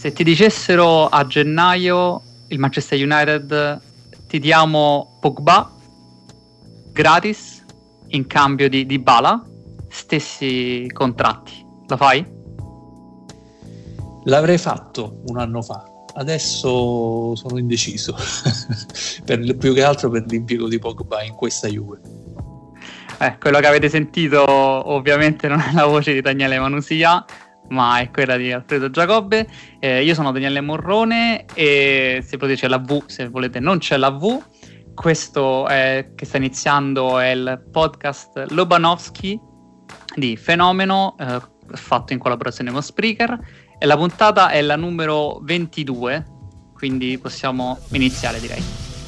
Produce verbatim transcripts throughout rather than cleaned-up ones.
Se ti dicessero a gennaio il Manchester United ti diamo Pogba gratis in cambio di Dybala, stessi contratti, la fai? L'avrei fatto un anno fa, adesso sono indeciso per, più che altro per l'impiego di Pogba in questa Juve. Eh, quello che avete sentito ovviamente non è la voce di Daniele Manusia, ma è quella di Alfredo Giacobbe. Eh, io sono Daniele Morrone e se volete c'è la V, se volete non c'è la V. Questo è, che sta iniziando è il podcast Lobanovsky di Fenomeno, eh, fatto in collaborazione con Spreaker, e la puntata è la numero ventidue, quindi possiamo iniziare, direi.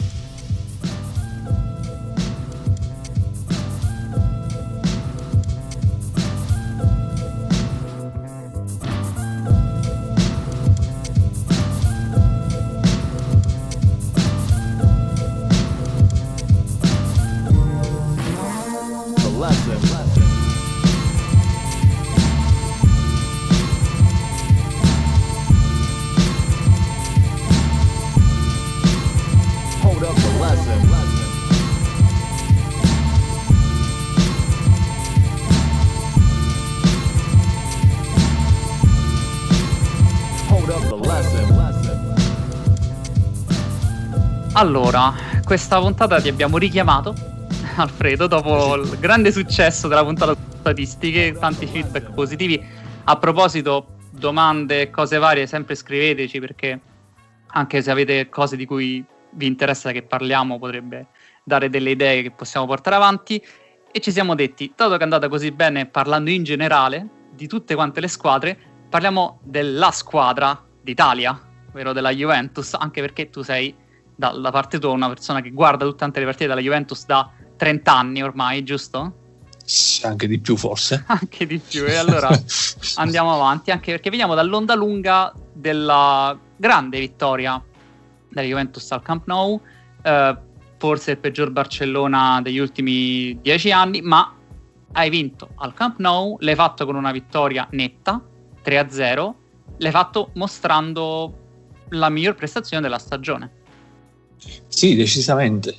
Allora, questa puntata ti abbiamo richiamato, Alfredo, dopo il grande successo della puntata statistiche, tanti feedback positivi. A proposito, domande, cose varie, sempre scriveteci, perché anche se avete cose di cui vi interessa che parliamo, potrebbe dare delle idee che possiamo portare avanti. E ci siamo detti, dato che è andata così bene parlando in generale di tutte quante le squadre, parliamo della squadra d'Italia, ovvero della Juventus, anche perché tu sei dalla parte tua una persona che guarda tutte le partite della Juventus da trenta anni ormai, giusto? Anche di più forse. Anche di più, e allora andiamo avanti, anche perché veniamo dall'onda lunga della grande vittoria della Juventus al Camp Nou, eh, forse il peggior Barcellona degli ultimi dieci anni, ma hai vinto al Camp Nou, l'hai fatto con una vittoria netta, tre a zero, l'hai fatto mostrando la miglior prestazione della stagione. Sì, decisamente.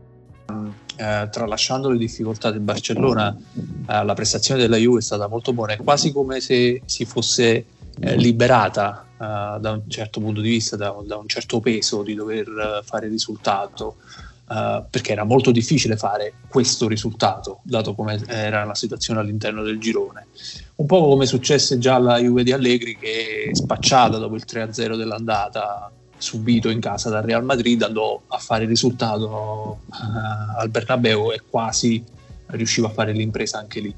Eh, tralasciando le difficoltà del Barcellona, eh, la prestazione della Juve è stata molto buona, è quasi come se si fosse eh, liberata eh, da un certo punto di vista, da, da un certo peso di dover uh, fare risultato, uh, perché era molto difficile fare questo risultato, dato come era la situazione all'interno del girone. Un po' come successe già alla Juve di Allegri, che spacciata dopo il tre a zero dell'andata, subito in casa dal Real Madrid, andò a fare il risultato uh, al Bernabeu e quasi riusciva a fare l'impresa anche lì.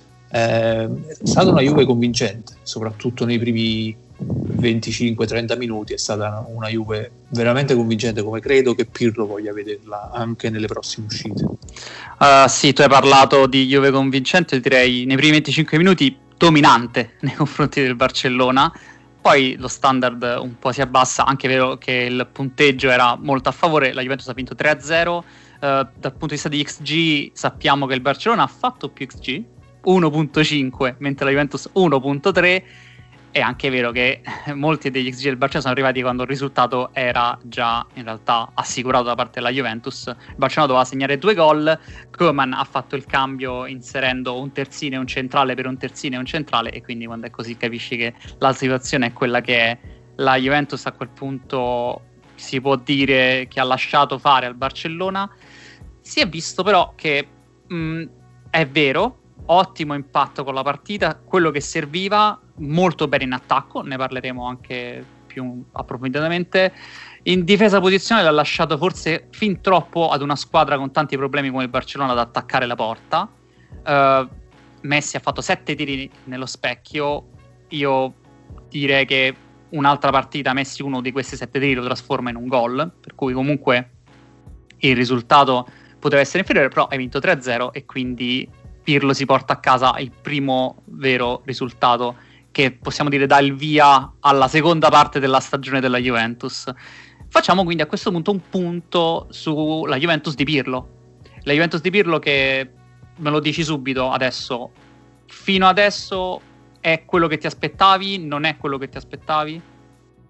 Eh, è stata una Juve convincente, soprattutto nei primi venticinque trenta minuti. È stata una Juve veramente convincente, come credo che Pirlo voglia vederla anche nelle prossime uscite. Uh, sì, tu hai parlato di Juve convincente, direi nei primi venticinque minuti dominante nei confronti del Barcellona. Poi lo standard un po' si abbassa, anche vero che il punteggio era molto a favore, la Juventus ha vinto tre a zero, uh, dal punto di vista di X G sappiamo che il Barcellona ha fatto più X G, uno virgola cinque, mentre la Juventus uno virgola tre, è anche vero che molti degli X G del Barcellona sono arrivati quando il risultato era già in realtà assicurato da parte della Juventus. Il Barcellona doveva segnare due gol, Koeman ha fatto il cambio inserendo un terzino e un centrale per un terzino e un centrale, e quindi quando è così capisci che la situazione è quella che è. La Juventus a quel punto si può dire che ha lasciato fare al Barcellona. Si è visto però che mh, è vero, ottimo impatto con la partita, quello che serviva, molto bene in attacco, ne parleremo anche più approfonditamente. In difesa posizione l'ha lasciato forse fin troppo ad una squadra con tanti problemi come il Barcellona ad attaccare la porta. uh, Messi ha fatto sette tiri nello specchio, io direi che un'altra partita Messi uno di questi sette tiri lo trasforma in un gol, per cui comunque il risultato poteva essere inferiore, però hai vinto tre a zero e quindi Pirlo si porta a casa il primo vero risultato che possiamo dire dà il via alla seconda parte della stagione della Juventus. Facciamo quindi a questo punto un punto sulla Juventus di Pirlo. La Juventus di Pirlo che, me lo dici subito adesso, fino adesso è quello che ti aspettavi? Non è quello che ti aspettavi?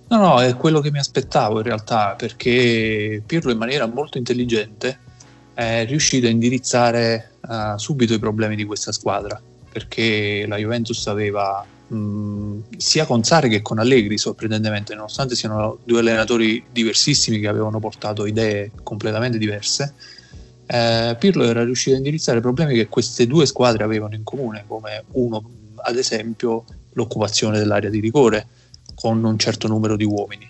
No, no, è quello che mi aspettavo in realtà, perché Pirlo in maniera molto intelligente è riuscito a indirizzare uh, subito i problemi di questa squadra, perché la Juventus aveva mh, sia con Sarri che con Allegri, sorprendentemente, nonostante siano due allenatori diversissimi che avevano portato idee completamente diverse, eh, Pirlo era riuscito a indirizzare i problemi che queste due squadre avevano in comune, come uno, ad esempio, l'occupazione dell'area di rigore con un certo numero di uomini,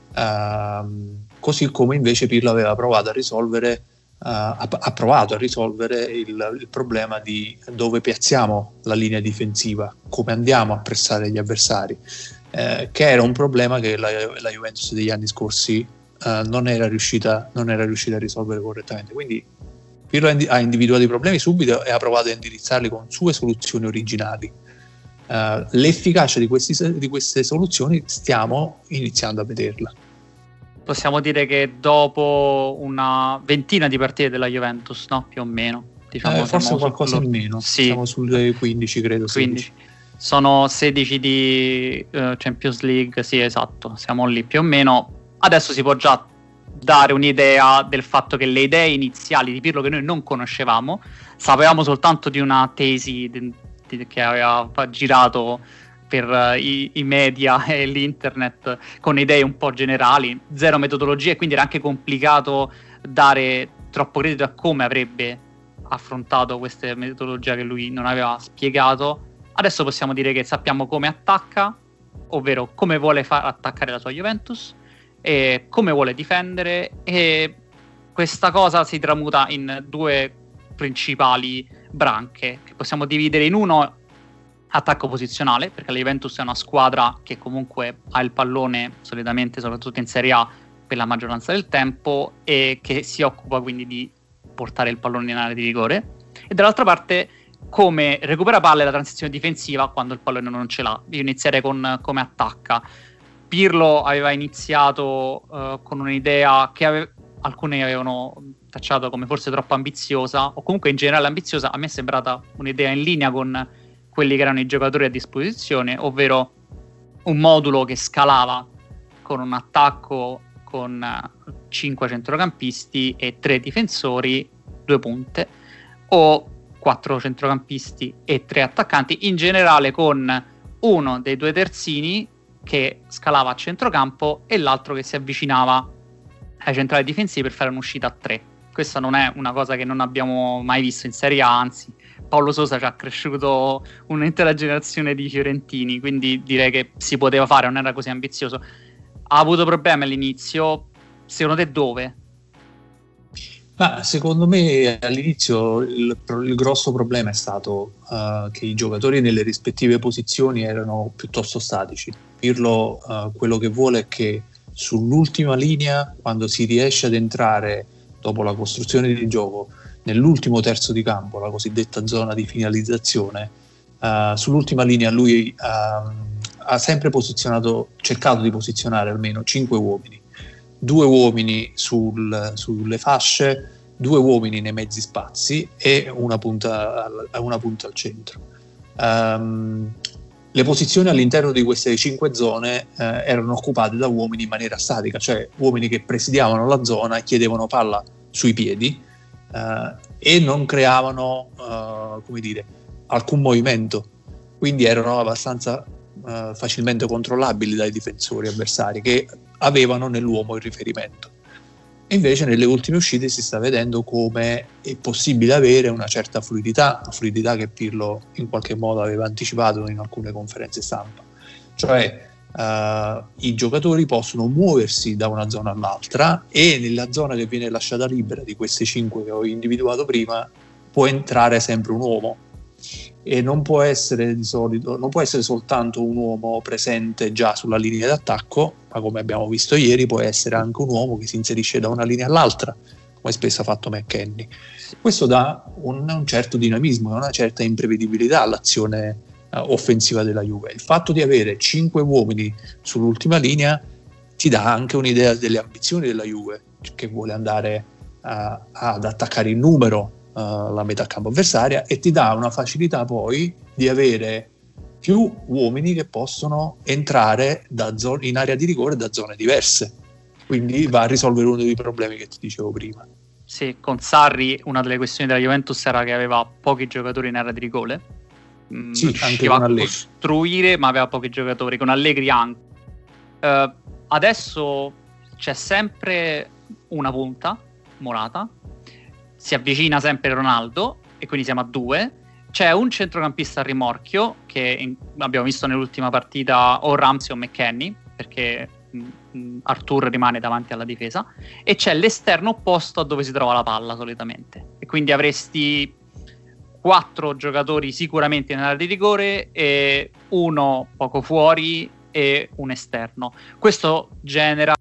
uh, così come invece Pirlo aveva provato a risolvere uh, ha, ha provato a risolvere il, il problema di dove piazziamo la linea difensiva, come andiamo a pressare gli avversari, eh, che era un problema che la, la Juventus degli anni scorsi uh, non era riuscita non era riuscita a risolvere correttamente. Quindi Pirlo ha individuato i problemi subito e ha provato a indirizzarli con sue soluzioni originali. Uh, l'efficacia di, questi, di queste soluzioni stiamo iniziando a vederla. Possiamo dire che dopo una ventina di partite della Juventus, no? Più o meno, diciamo, eh, forse qualcosa sullo... in meno, sì. Siamo sulle quindici, credo. quindici. Sono sedici di uh, Champions League, sì, esatto, siamo lì più o meno. Adesso si può già dare un'idea del fatto che le idee iniziali di Pirlo, che noi non conoscevamo, sapevamo soltanto di una tesi di, che aveva girato per uh, i, i media e l'internet con idee un po' generali, zero metodologie, quindi era anche complicato dare troppo credito a come avrebbe affrontato queste metodologie che lui non aveva spiegato. Adesso possiamo dire che sappiamo come attacca, ovvero come vuole far attaccare la sua Juventus e come vuole difendere, e questa cosa si tramuta in due principali branche che possiamo dividere in uno: attacco posizionale, perché la Juventus è una squadra che comunque ha il pallone solitamente, soprattutto in Serie A, per la maggioranza del tempo, e che si occupa quindi di portare il pallone in area di rigore, e dall'altra parte come recupera palle la transizione difensiva quando il pallone non ce l'ha. Io inizierei con come attacca. Pirlo aveva iniziato uh, con un'idea che ave- alcuni avevano tacciato come forse troppo ambiziosa, o comunque in generale ambiziosa. A me è sembrata un'idea in linea con quelli che erano i giocatori a disposizione, ovvero un modulo che scalava con un attacco con cinque centrocampisti e tre difensori, due punte, o quattro centrocampisti e tre attaccanti, in generale con uno dei due terzini che scalava a centrocampo e l'altro che si avvicinava ai centrali difensivi per fare un'uscita a tre. Questa non è una cosa che non abbiamo mai visto in Serie A, anzi Paolo Sosa ci ha cresciuto un'intera generazione di fiorentini, quindi direi che si poteva fare, non era così ambizioso. Ha avuto problemi all'inizio, secondo te dove? Ma secondo me all'inizio il, il grosso problema è stato uh, che i giocatori nelle rispettive posizioni erano piuttosto statici. Pirlo uh, quello che vuole è che sull'ultima linea, quando si riesce ad entrare dopo la costruzione di gioco nell'ultimo terzo di campo, la cosiddetta zona di finalizzazione, uh, sull'ultima linea lui uh, ha sempre posizionato, cercato di posizionare almeno cinque uomini, due uomini sul, sulle fasce, due uomini nei mezzi spazi e una punta al, una punta al centro. Um, le posizioni all'interno di queste cinque zone eh, erano occupate da uomini in maniera statica, cioè uomini che presidiavano la zona e chiedevano palla sui piedi eh, e non creavano eh, come dire, alcun movimento, quindi erano abbastanza eh, facilmente controllabili dai difensori avversari che avevano nell'uomo il riferimento. E invece nelle ultime uscite si sta vedendo come è possibile avere una certa fluidità, una fluidità che Pirlo in qualche modo aveva anticipato in alcune conferenze stampa, cioè uh, i giocatori possono muoversi da una zona all'altra e nella zona che viene lasciata libera di queste cinque che ho individuato prima può entrare sempre un uomo, e non può essere di solito, non può essere soltanto un uomo presente già sulla linea d'attacco, ma come abbiamo visto ieri può essere anche un uomo che si inserisce da una linea all'altra, come spesso ha fatto McKennie. Questo dà un, un certo dinamismo e una certa imprevedibilità all'azione uh, offensiva della Juve. Il fatto di avere cinque uomini sull'ultima linea ti dà anche un'idea delle ambizioni della Juve, che vuole andare uh, ad attaccare in numero Uh, la metà campo avversaria, e ti dà una facilità poi di avere più uomini che possono entrare da zo- in area di rigore da zone diverse, quindi va a risolvere uno dei problemi che ti dicevo prima. Sì, con Sarri una delle questioni della Juventus era che aveva pochi giocatori in area di rigore, mm, Sì, anche riusciva con a Allegri. costruire ma aveva pochi giocatori, con Allegri anche. Uh, adesso c'è sempre una punta, Morata, si avvicina sempre Ronaldo e quindi siamo a due. C'è un centrocampista a rimorchio che in, abbiamo visto nell'ultima partita o Ramsey o McKennie, perché mh, Arthur rimane davanti alla difesa, e c'è l'esterno opposto a dove si trova la palla solitamente, e quindi avresti quattro giocatori sicuramente in area di rigore e uno poco fuori e un esterno. Questo genera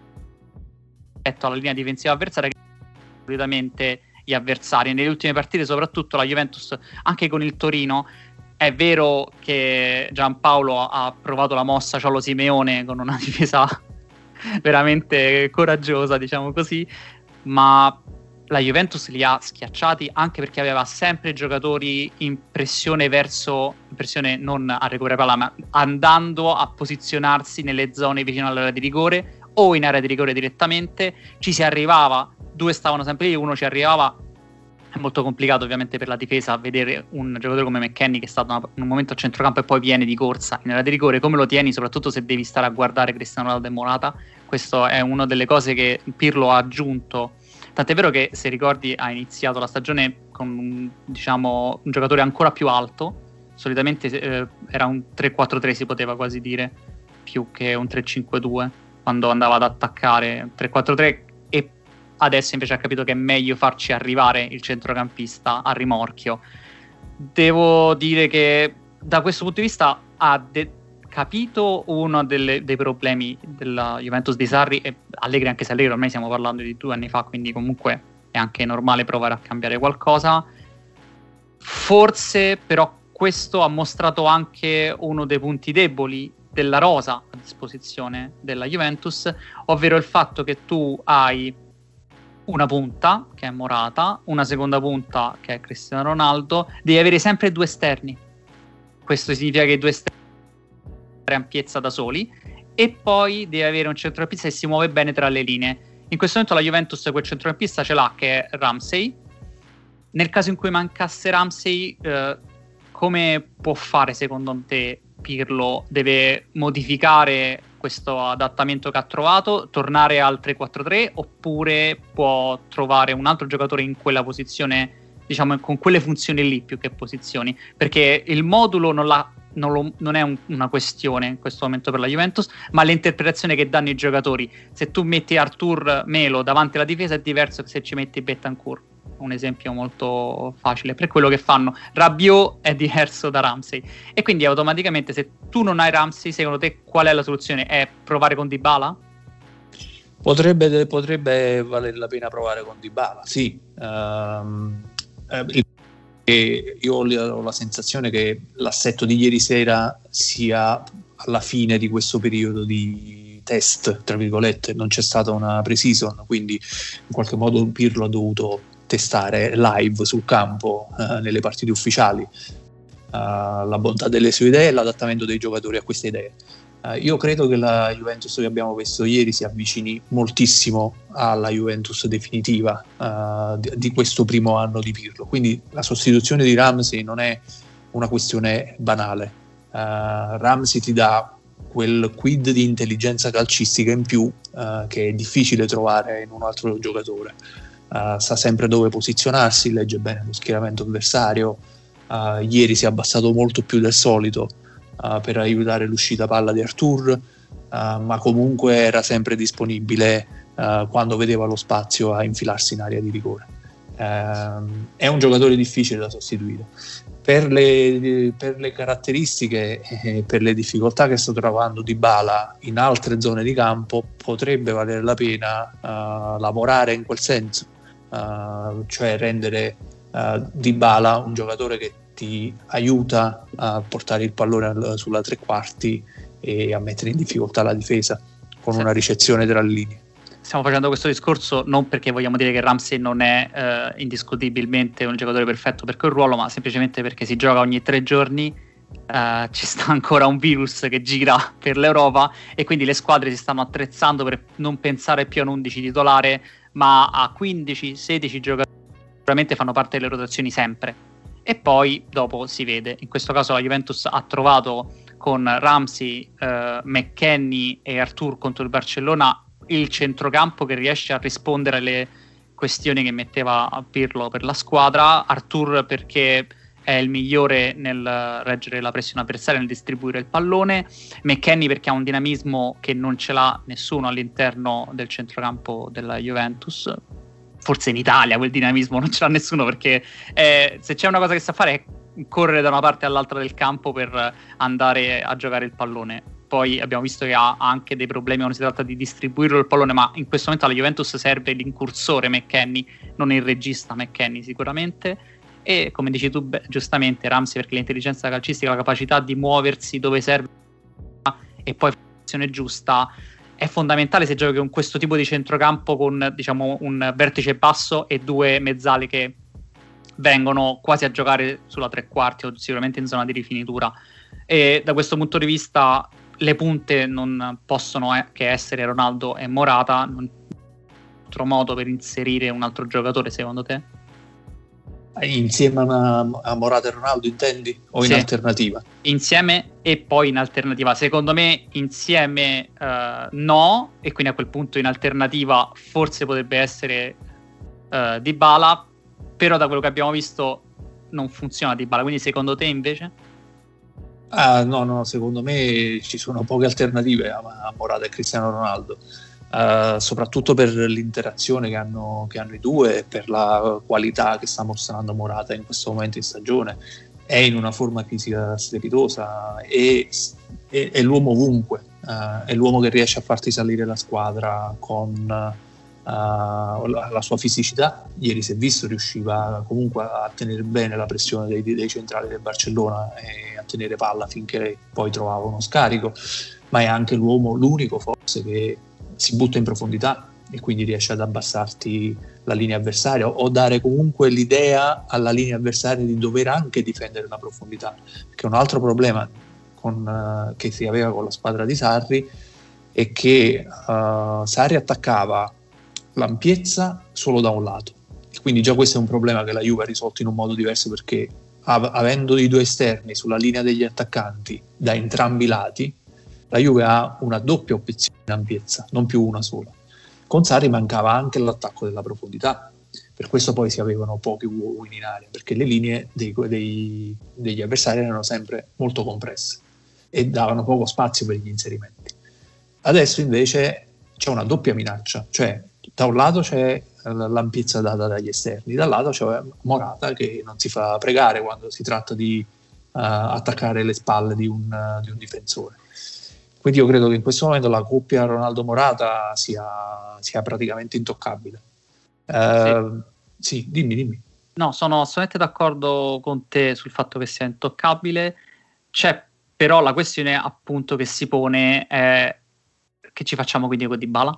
rispetto alla linea difensiva avversaria che solitamente gli avversari nelle ultime partite, soprattutto la Juventus anche con il Torino. È vero che Giampaolo ha provato la mossa Ciolo Simeone con una difesa veramente coraggiosa, diciamo così, ma la Juventus li ha schiacciati anche perché aveva sempre giocatori in pressione verso, in pressione non a recuperare palla, ma andando a posizionarsi nelle zone vicino all'area di rigore o in area di rigore direttamente. Ci si arrivava, due stavano sempre lì, uno ci arrivava. È molto complicato ovviamente per la difesa vedere un giocatore come McKennie che è stato in un momento a centrocampo e poi viene di corsa in area di rigore. Come lo tieni, soprattutto se devi stare a guardare Cristiano Ronaldo e Morata? Questo è una delle cose che Pirlo ha aggiunto. Tant'è vero che, se ricordi, ha iniziato la stagione con un, diciamo, un giocatore ancora più alto. Solitamente eh, era un tre quattro tre, si poteva quasi dire, più che un tre cinque due quando andava ad attaccare. tre quattro tre, e adesso invece ha capito che è meglio farci arrivare il centrocampista a rimorchio. Devo dire che da questo punto di vista ha de- capito uno delle, dei problemi della Juventus di Sarri e Allegri, anche se Allegri ormai stiamo parlando di due anni fa, quindi comunque è anche normale provare a cambiare qualcosa. Forse però questo ha mostrato anche uno dei punti deboli della rosa a disposizione della Juventus, ovvero il fatto che tu hai una punta che è Morata, una seconda punta che è Cristiano Ronaldo, devi avere sempre due esterni. Questo significa che i due esterni ampiezza da soli, e poi devi avere un centrocampista che si muove bene tra le linee. In questo momento la Juventus quel centrocampista ce l'ha, che è Ramsey. Nel caso in cui mancasse Ramsey, eh, come può fare secondo te Pirlo? Deve modificare questo adattamento che ha trovato, tornare al tre quattro tre, oppure può trovare un altro giocatore in quella posizione, diciamo con quelle funzioni lì più che posizioni? Perché il modulo non l'ha Non, lo, non è un, una questione in questo momento per la Juventus, ma l'interpretazione che danno i giocatori. Se tu metti Arthur Melo davanti alla difesa è diverso che se ci metti Betancourt, un esempio molto facile per quello che fanno. Rabiot è diverso da Ramsey, e quindi automaticamente, se tu non hai Ramsey, secondo te qual è la soluzione? È provare con Dybala? Potrebbe, potrebbe valere la pena provare con Dybala, sì. Um, eh, E io ho la sensazione che l'assetto di ieri sera sia alla fine di questo periodo di test, tra virgolette. Non c'è stata una pre-season, quindi in qualche modo Pirlo ha dovuto testare live sul campo, eh, nelle partite ufficiali, eh, la bontà delle sue idee e l'adattamento dei giocatori a queste idee. Uh, io credo che la Juventus che abbiamo visto ieri si avvicini moltissimo alla Juventus definitiva uh, di, di questo primo anno di Pirlo, quindi la sostituzione di Ramsey non è una questione banale. uh, Ramsey ti dà quel quid di intelligenza calcistica in più uh, che è difficile trovare in un altro giocatore. Uh, sa sempre dove posizionarsi, legge bene lo schieramento avversario. Uh, ieri si è abbassato molto più del solito Uh, per aiutare l'uscita palla di Arthur, uh, ma comunque era sempre disponibile uh, quando vedeva lo spazio a infilarsi in area di rigore. Uh, è un giocatore difficile da sostituire per le, per le caratteristiche e per le difficoltà che sta trovando Dybala in altre zone di campo. Potrebbe valere la pena uh, lavorare in quel senso, uh, cioè rendere uh, Dybala un giocatore che ti aiuta a portare il pallone al, sulla tre quarti e a mettere in difficoltà la difesa con sì. una ricezione tra le linee. Stiamo facendo questo discorso non perché vogliamo dire che Ramsey non è eh, indiscutibilmente un giocatore perfetto per quel ruolo, ma semplicemente perché si gioca ogni tre giorni Uh, ci sta ancora un virus che gira per l'Europa e quindi le squadre si stanno attrezzando per non pensare più a un undici titolare, ma a quindici sedici giocatori sicuramente fanno parte delle rotazioni sempre, e poi dopo si vede. In questo caso la Juventus ha trovato con Ramsey, uh, McKennie e Arthur contro il Barcellona il centrocampo che riesce a rispondere alle questioni che metteva a Pirlo per la squadra. Arthur perché è il migliore nel reggere la pressione avversaria, nel distribuire il pallone. McKennie perché ha un dinamismo che non ce l'ha nessuno all'interno del centrocampo della Juventus. Forse in Italia quel dinamismo non ce l'ha nessuno, perché eh, se c'è una cosa che sa fare è correre da una parte all'altra del campo per andare a giocare il pallone. Poi abbiamo visto che ha anche dei problemi quando si tratta di distribuirlo il pallone, ma in questo momento alla Juventus serve l'incursore McKennie, non il regista McKennie sicuramente. E come dici tu beh, giustamente Ramsey perché l'intelligenza calcistica, la capacità di muoversi dove serve e poi la posizione giusta è fondamentale se giochi con questo tipo di centrocampo, con diciamo un vertice basso e due mezzali che vengono quasi a giocare sulla tre quarti o sicuramente in zona di rifinitura. E da questo punto di vista le punte non possono eh, che essere Ronaldo e Morata. Non c'è altro modo per inserire un altro giocatore secondo te? Insieme a, a Morata e Ronaldo intendi? O in sì, alternativa? Insieme e poi in alternativa. Secondo me insieme uh, no, e quindi a quel punto in alternativa forse potrebbe essere uh, Dybala, però da quello che abbiamo visto non funziona Dybala, quindi secondo te invece? Ah, no, no, secondo me ci sono poche alternative a, a Morata e Cristiano Ronaldo. Uh, soprattutto per l'interazione che hanno, che hanno i due e per la qualità che sta mostrando Morata in questo momento in stagione. È in una forma fisica strepitosa e è, è l'uomo ovunque, uh, è l'uomo che riesce a farti salire la squadra con uh, la, la sua fisicità. Ieri si è visto, riusciva comunque a tenere bene la pressione dei, dei centrali del Barcellona e a tenere palla finché poi trovava uno scarico, ma è anche l'uomo, l'unico forse che si butta in profondità e quindi riesce ad abbassarti la linea avversaria o dare comunque l'idea alla linea avversaria di dover anche difendere la profondità, perché un altro problema con, uh, che si aveva con la squadra di Sarri è che uh, Sarri attaccava l'ampiezza solo da un lato, e quindi già questo è un problema che la Juve ha risolto in un modo diverso, perché av- avendo i due esterni sulla linea degli attaccanti da entrambi i lati, la Juve ha una doppia opzione in ampiezza, non più una sola. Con Sarri mancava anche l'attacco della profondità, per questo poi si avevano pochi uomini in area, perché le linee dei, dei, degli avversari erano sempre molto compresse e davano poco spazio per gli inserimenti. Adesso invece c'è una doppia minaccia, cioè da un lato c'è l'ampiezza data dagli esterni, dall'altro c'è Morata che non si fa pregare quando si tratta di uh, attaccare le spalle di un, uh, di un difensore. Quindi io credo che in questo momento la coppia Ronaldo-Morata sia, sia praticamente intoccabile. Uh, sì. sì, dimmi, dimmi. No, sono assolutamente d'accordo con te sul fatto che sia intoccabile. C'è però la questione appunto che si pone è che ci facciamo quindi con Dybala?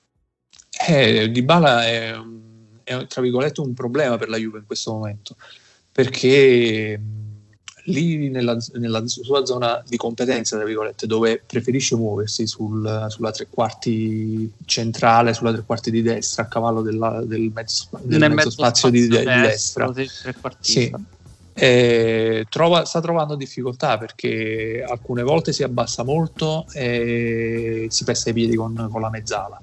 Eh, Dybala è, è tra virgolette un problema per la Juve in questo momento, perché lì nella, nella sua zona di competenza, tra virgolette, dove preferisce muoversi sul, sulla tre quarti centrale, sulla tre quarti di destra, a cavallo della, del mezzo, del mezzo, mezzo spazio, spazio di, di destra, sì, eh, trova, sta trovando difficoltà perché alcune volte si abbassa molto e si pesta i piedi con, con la mezzala.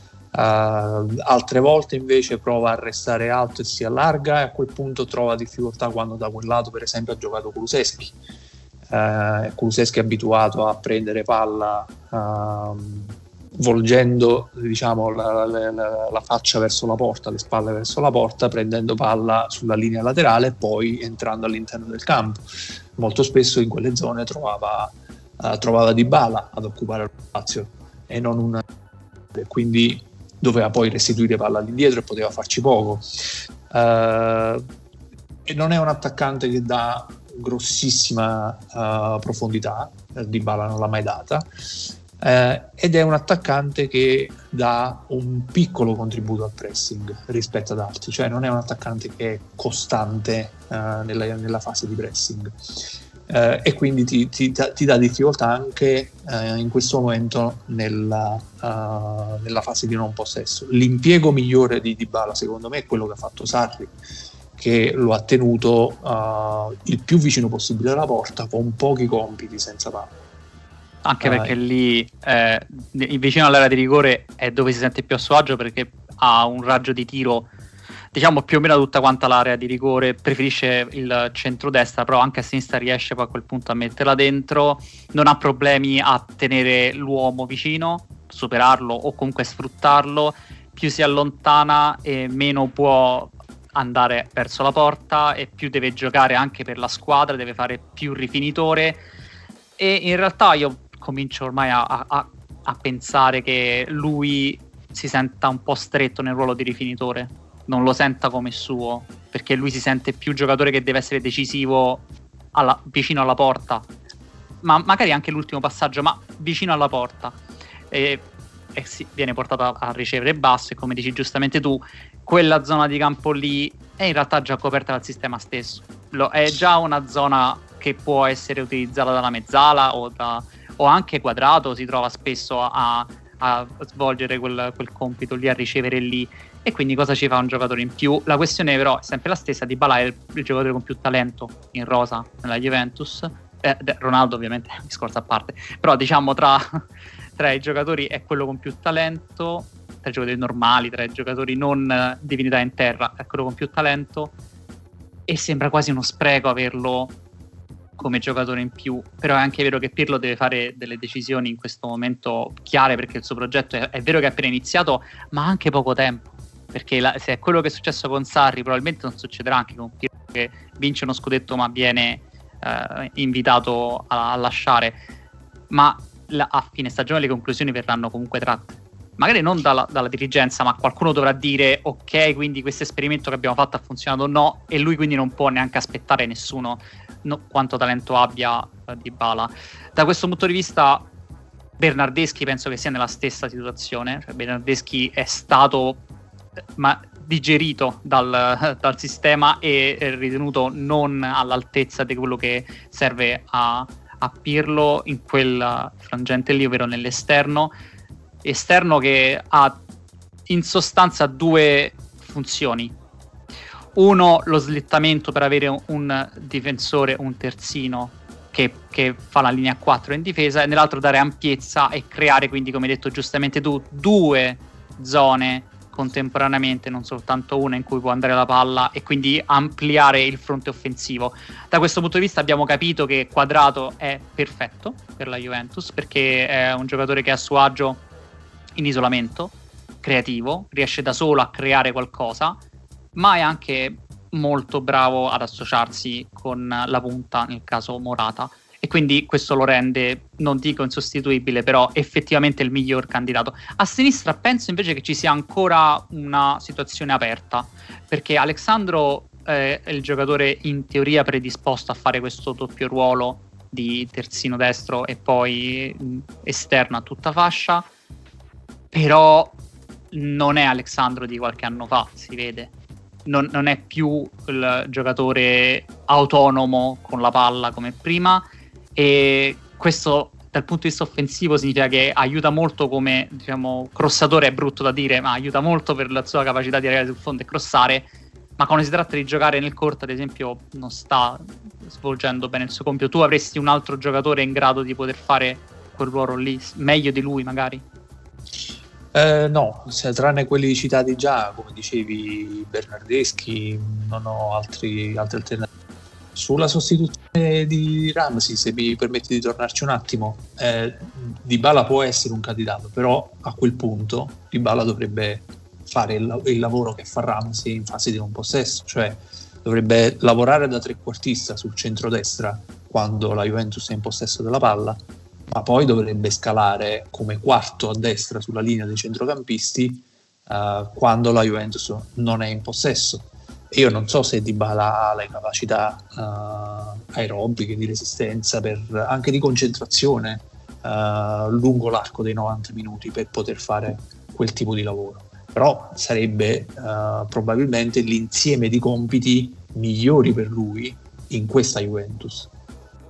Uh, altre volte invece prova a restare alto e si allarga, e a quel punto trova difficoltà quando da quel lato per esempio ha giocato Kulusevski. uh, Kulusevski è abituato a prendere palla uh, volgendo diciamo la, la, la, la faccia verso la porta, le spalle verso la porta, prendendo palla sulla linea laterale e poi entrando all'interno del campo. Molto spesso in quelle zone trovava, uh, trovava Dybala ad occupare lo spazio e non un, quindi doveva poi restituire palla all'indietro e poteva farci poco. Uh, e non è un attaccante che dà grossissima uh, profondità, Dybala non l'ha mai data, uh, ed è un attaccante che dà un piccolo contributo al pressing rispetto ad altri, cioè non è un attaccante che è costante uh, nella, nella fase di pressing. eh, e quindi ti, ti, ti dà difficoltà anche eh, in questo momento nella, uh, nella fase di non possesso. L'impiego migliore di Dybala secondo me è quello che ha fatto Sarri, che lo ha tenuto uh, il più vicino possibile alla porta con pochi compiti, senza palla. Anche uh, perché lì eh, vicino all'area di rigore è dove si sente più a suo agio, perché ha un raggio di tiro diciamo più o meno tutta quanta l'area di rigore, preferisce il centrodestra, però anche a sinistra riesce poi a quel punto a metterla dentro, non ha problemi a tenere l'uomo vicino, superarlo o comunque sfruttarlo, più si allontana e meno può andare verso la porta e più deve giocare anche per la squadra, deve fare più rifinitore, e in realtà io comincio ormai a, a, a pensare che lui si senta un po' stretto nel ruolo di rifinitore, non lo senta come suo, perché lui si sente più giocatore che deve essere decisivo alla, vicino alla porta, ma magari anche l'ultimo passaggio, ma vicino alla porta, e, e sì, viene portato a, a ricevere basso, e come dici giustamente tu, quella zona di campo lì è in realtà già coperta dal sistema stesso, Lo, è già una zona che può essere utilizzata dalla mezzala o, da, o anche Quadrato si trova spesso a, a svolgere quel, quel compito lì, a ricevere lì, e quindi cosa ci fa un giocatore in più? La questione però è sempre la stessa: Dybala è il, il giocatore con più talento in rosa nella Juventus, eh, Ronaldo ovviamente è un discorso a parte, però diciamo tra, tra i giocatori è quello con più talento, tra i giocatori normali, tra i giocatori non uh, divinità in terra, è quello con più talento, e sembra quasi uno spreco averlo come giocatore in più. Però è anche vero che Pirlo deve fare delle decisioni in questo momento chiare, perché il suo progetto è, è vero che è appena iniziato, ma ha anche poco tempo, perché la, se è quello che è successo con Sarri probabilmente non succederà anche con Pirlo, che vince uno scudetto ma viene eh, invitato a, a lasciare, ma la, a fine stagione le conclusioni verranno comunque tratte, magari non dalla, dalla dirigenza, ma qualcuno dovrà dire ok, quindi questo esperimento che abbiamo fatto ha funzionato o no, e lui quindi non può neanche aspettare nessuno no, quanto talento abbia uh, Dybala. Da questo punto di vista Bernardeschi penso che sia nella stessa situazione, cioè Bernardeschi è stato eh, ma digerito dal, dal sistema e è ritenuto non all'altezza di quello che serve a, a Pirlo in quel frangente lì, ovvero nell'esterno esterno che ha in sostanza due funzioni: uno, lo slittamento per avere un, un difensore, un terzino che, che fa la linea quattro in difesa, e nell'altro dare ampiezza e creare quindi, come hai detto giustamente tu, due zone contemporaneamente, non soltanto una in cui può andare la palla, e quindi ampliare il fronte offensivo. Da questo punto di vista abbiamo capito che Quadrato è perfetto per la Juventus, perché è un giocatore che è a suo agio in isolamento, creativo, riesce da solo a creare qualcosa, ma è anche molto bravo ad associarsi con la punta, nel caso Morata, e quindi questo lo rende, non dico insostituibile, però effettivamente il miglior candidato. A sinistra penso invece che ci sia ancora una situazione aperta, perché Alexandro eh, è il giocatore in teoria predisposto a fare questo doppio ruolo di terzino destro e poi mh, esterno a tutta fascia, però non è Alexandro di qualche anno fa, si vede. Non, non è più il giocatore autonomo con la palla come prima, e questo dal punto di vista offensivo significa che aiuta molto come, diciamo, crossatore, è brutto da dire, ma aiuta molto per la sua capacità di arrivare sul fondo e crossare, ma quando si tratta di giocare nel corto, ad esempio, non sta svolgendo bene il suo compito. Tu avresti un altro giocatore in grado di poter fare quel ruolo lì, meglio di lui magari? Eh, no, se, tranne quelli citati già, come dicevi, Bernardeschi, non ho altri, altre alternative. Sulla sostituzione di Ramsey, se mi permetti di tornarci un attimo, eh, Dybala può essere un candidato, però a quel punto Dybala dovrebbe fare il, il lavoro che fa Ramsey in fase di non possesso, cioè dovrebbe lavorare da trequartista sul centrodestra quando la Juventus è in possesso della palla, ma poi dovrebbe scalare come quarto a destra sulla linea dei centrocampisti uh, quando la Juventus non è in possesso. E io non so se Dybala ha le capacità uh, aerobiche, di resistenza, per, anche di concentrazione uh, lungo l'arco dei novanta minuti per poter fare quel tipo di lavoro. Però sarebbe uh, probabilmente l'insieme di compiti migliori per lui in questa Juventus.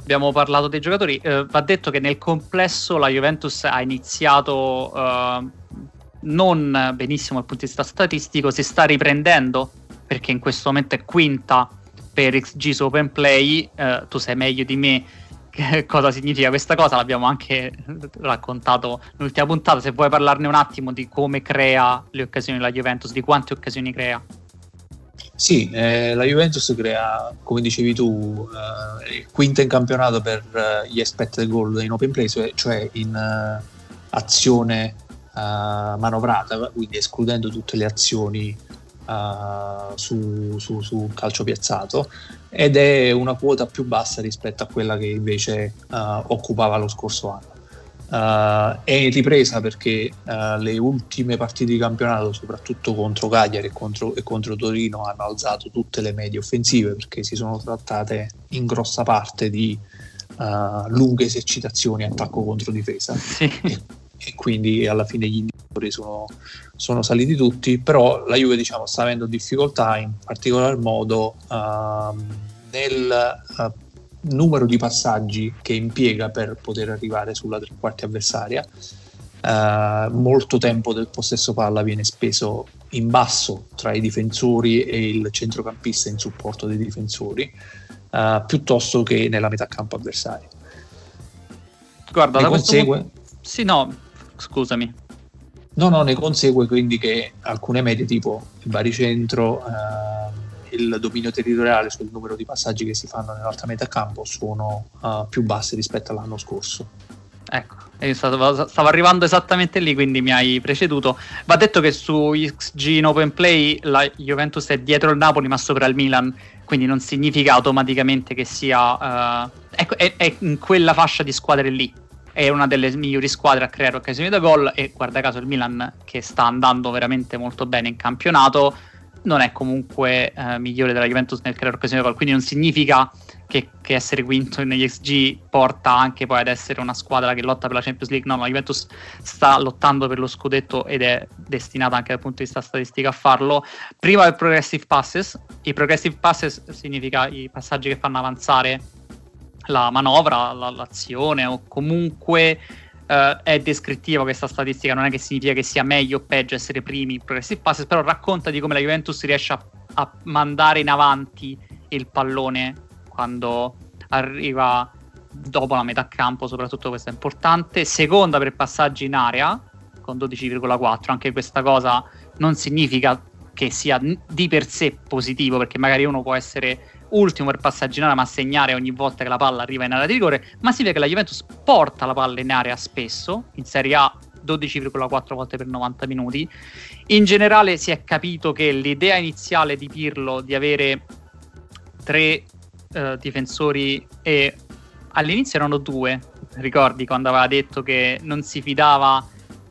abbiamo parlato dei giocatori, eh, va detto che nel complesso la Juventus ha iniziato eh, non benissimo dal punto di vista statistico, si sta riprendendo perché in questo momento è quinta per X G su Open Play. Eh, tu sai meglio di me che cosa significa questa cosa, l'abbiamo anche raccontato nell'ultima puntata. Se vuoi parlarne un attimo di come crea le occasioni la Juventus, di quante occasioni crea. Sì, eh, la Juventus crea, come dicevi tu, eh, quinta in campionato per eh, gli expected goal in open play, cioè, cioè in eh, azione eh, manovrata, quindi escludendo tutte le azioni Uh, su, su, su calcio piazzato, ed è una quota più bassa rispetto a quella che invece uh, occupava lo scorso anno. Uh, è in ripresa perché uh, le ultime partite di campionato, soprattutto contro Cagliari e contro, e contro Torino, hanno alzato tutte le medie offensive perché si sono trattate in grossa parte di uh, lunghe esercitazioni attacco contro difesa. Sì. E, e quindi alla fine gli indicatori sono, sono saliti tutti, però la Juve, diciamo, sta avendo difficoltà in particolar modo uh, nel uh, numero di passaggi che impiega per poter arrivare sulla tre quarti avversaria. Uh, molto tempo del possesso palla viene speso in basso tra i difensori e il centrocampista in supporto dei difensori, uh, piuttosto che nella metà campo avversaria. Guarda, ne da consegue questo... sì, no, scusami. No, no, ne consegue quindi che alcune medie tipo il baricentro, eh, il dominio territoriale sul numero di passaggi che si fanno nell'altra metà campo sono uh, più basse rispetto all'anno scorso. Ecco, io stavo, stavo arrivando esattamente lì, quindi mi hai preceduto. Va detto che su X G in open play la Juventus è dietro il Napoli ma sopra il Milan, quindi non significa automaticamente che sia... Uh, ecco, è, è in quella fascia di squadre lì. È una delle migliori squadre a creare occasioni da gol e guarda caso il Milan, che sta andando veramente molto bene in campionato, non è comunque eh, migliore della Juventus nel creare occasioni da gol, quindi non significa che, che essere quinto negli X G porta anche poi ad essere una squadra che lotta per la Champions League. No, la Juventus sta lottando per lo scudetto ed è destinata anche dal punto di vista statistico a farlo. Prima del progressive passes, i progressive passes significa i passaggi che fanno avanzare la manovra, la, l'azione, o comunque uh, è descrittiva questa statistica, non è che significa che sia meglio o peggio essere primi in progressive passes, però racconta di come la Juventus riesce a, a mandare in avanti il pallone quando arriva dopo la metà campo, soprattutto questo è importante. Seconda per passaggi in area con dodici virgola quattro, anche questa cosa non significa che sia di per sé positivo, perché magari uno può essere ultimo per passaggi in area ma segnare ogni volta che la palla arriva in area di rigore, ma significa che la Juventus porta la palla in area spesso, in Serie A dodici virgola quattro volte per novanta minuti. In generale si è capito che l'idea iniziale di Pirlo di avere tre eh, difensori, e all'inizio erano due, ricordi quando aveva detto che non si fidava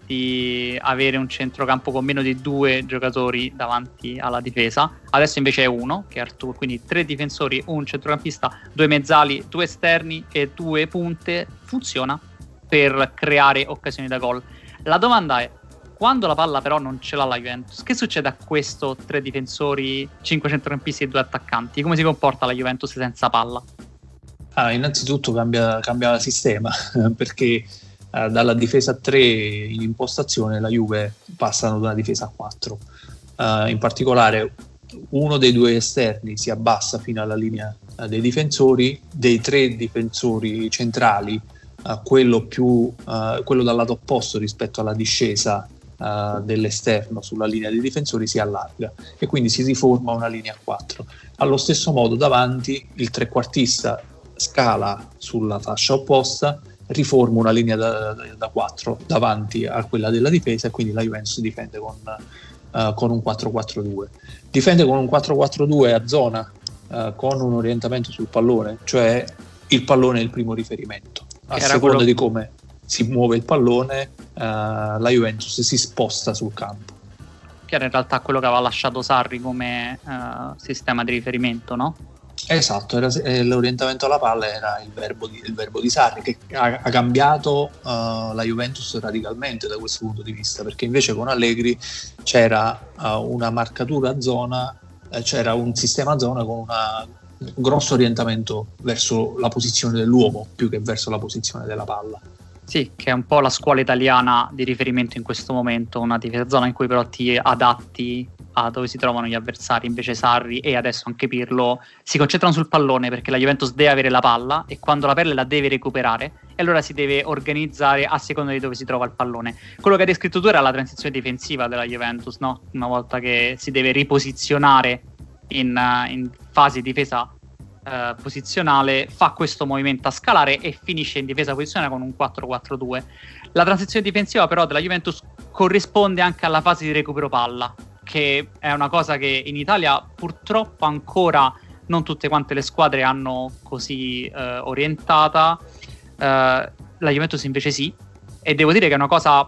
di avere un centrocampo con meno di due giocatori davanti alla difesa, adesso invece è uno, che è Arthur, quindi tre difensori, un centrocampista, due mezzali, due esterni e due punte, funziona per creare occasioni da gol. La domanda è, quando la palla però non ce l'ha la Juventus, che succede a questo tre difensori, cinque centrocampisti e due attaccanti? Come si comporta la Juventus senza palla? Ah, innanzitutto cambia, cambia il sistema, perché Uh, dalla difesa a tre in impostazione la Juve passano da una difesa a quattro. Uh, in particolare uno dei due esterni si abbassa fino alla linea uh, dei difensori, dei tre difensori centrali uh, quello più uh, quello dal lato opposto rispetto alla discesa uh, dell'esterno sulla linea dei difensori si allarga e quindi si riforma una linea a quattro. Allo stesso modo davanti il trequartista scala sulla fascia opposta, riforma una linea da, da, da quattro davanti a quella della difesa e quindi la Juventus difende con, uh, con un quattro quattro due. Difende con un quattro quattro due a zona, uh, con un orientamento sul pallone, cioè il pallone è il primo riferimento. A seconda quello... di come si muove il pallone, uh, la Juventus si sposta sul campo. Che era in realtà quello che aveva lasciato Sarri come uh, sistema di riferimento, no? Esatto, era, eh, l'orientamento alla palla era il verbo di, il verbo di Sarri, che ha, ha cambiato uh, la Juventus radicalmente da questo punto di vista, perché invece con Allegri c'era uh, una marcatura a zona, eh, c'era un sistema a zona con una grosso orientamento verso la posizione dell'uomo più che verso la posizione della palla. Sì, che è un po' la scuola italiana di riferimento in questo momento, una difesa zona in cui però ti adatti a dove si trovano gli avversari. Invece Sarri e adesso anche Pirlo si concentrano sul pallone, perché la Juventus deve avere la palla e quando la perde la deve recuperare, e allora si deve organizzare a seconda di dove si trova il pallone. Quello che hai descritto tu era la transizione difensiva della Juventus, no? Una volta che si deve riposizionare in, in fase di difesa Uh, posizionale, fa questo movimento a scalare e finisce in difesa posizionale con un quattro quattro due. La transizione difensiva però della Juventus corrisponde anche alla fase di recupero palla, che è una cosa che in Italia purtroppo ancora non tutte quante le squadre hanno così uh, orientata. Uh, la Juventus invece sì, e devo dire che è una cosa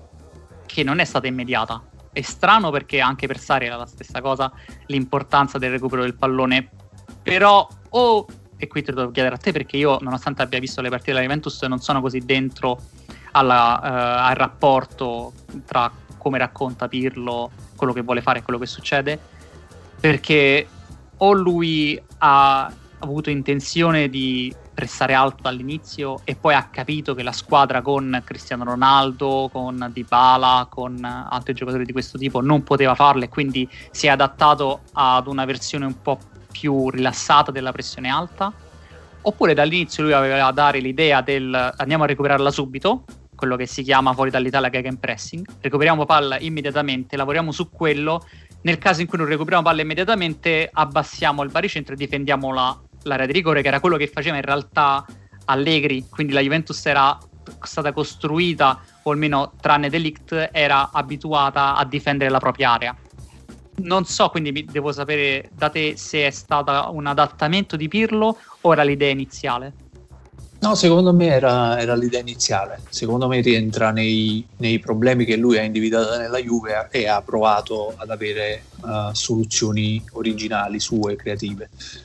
che non è stata immediata. È strano perché anche per Sarri era la stessa cosa, l'importanza del recupero del pallone. Però o, e qui te lo devo chiedere a te perché io, nonostante abbia visto le partite della Juventus, non sono così dentro alla, uh, al rapporto tra come racconta Pirlo, quello che vuole fare e quello che succede, perché o lui ha avuto intenzione di pressare alto dall'inizio e poi ha capito che la squadra con Cristiano Ronaldo, con Dybala, con altri giocatori di questo tipo non poteva farlo e quindi si è adattato ad una versione un po' più rilassata della pressione alta, oppure dall'inizio lui aveva da dare l'idea del andiamo a recuperarla subito, quello che si chiama fuori dall'Italia gegenpressing, recuperiamo palla immediatamente, lavoriamo su quello, nel caso in cui non recuperiamo palla immediatamente abbassiamo il baricentro e difendiamo la, l'area di rigore, che era quello che faceva in realtà Allegri, quindi la Juventus era stata costruita, o almeno tranne De Ligt era abituata a difendere la propria area. Non so, quindi devo sapere da te se è stato un adattamento di Pirlo o era l'idea iniziale. No, secondo me era, era l'idea iniziale. Secondo me rientra nei, nei problemi che lui ha individuato nella Juve e ha provato ad avere uh, soluzioni originali, sue, creative.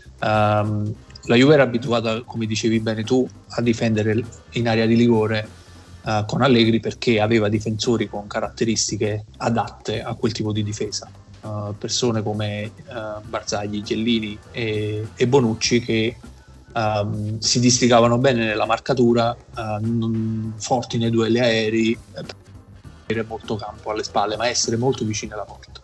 Um, la Juve era abituata, come dicevi bene tu, a difendere in area di rigore uh, con Allegri perché aveva difensori con caratteristiche adatte a quel tipo di difesa. Uh, persone come uh, Barzagli, Chiellini e, e Bonucci che um, si districavano bene nella marcatura, uh, non, forti nei duelli aerei, avere molto campo alle spalle, ma essere molto vicini alla porta.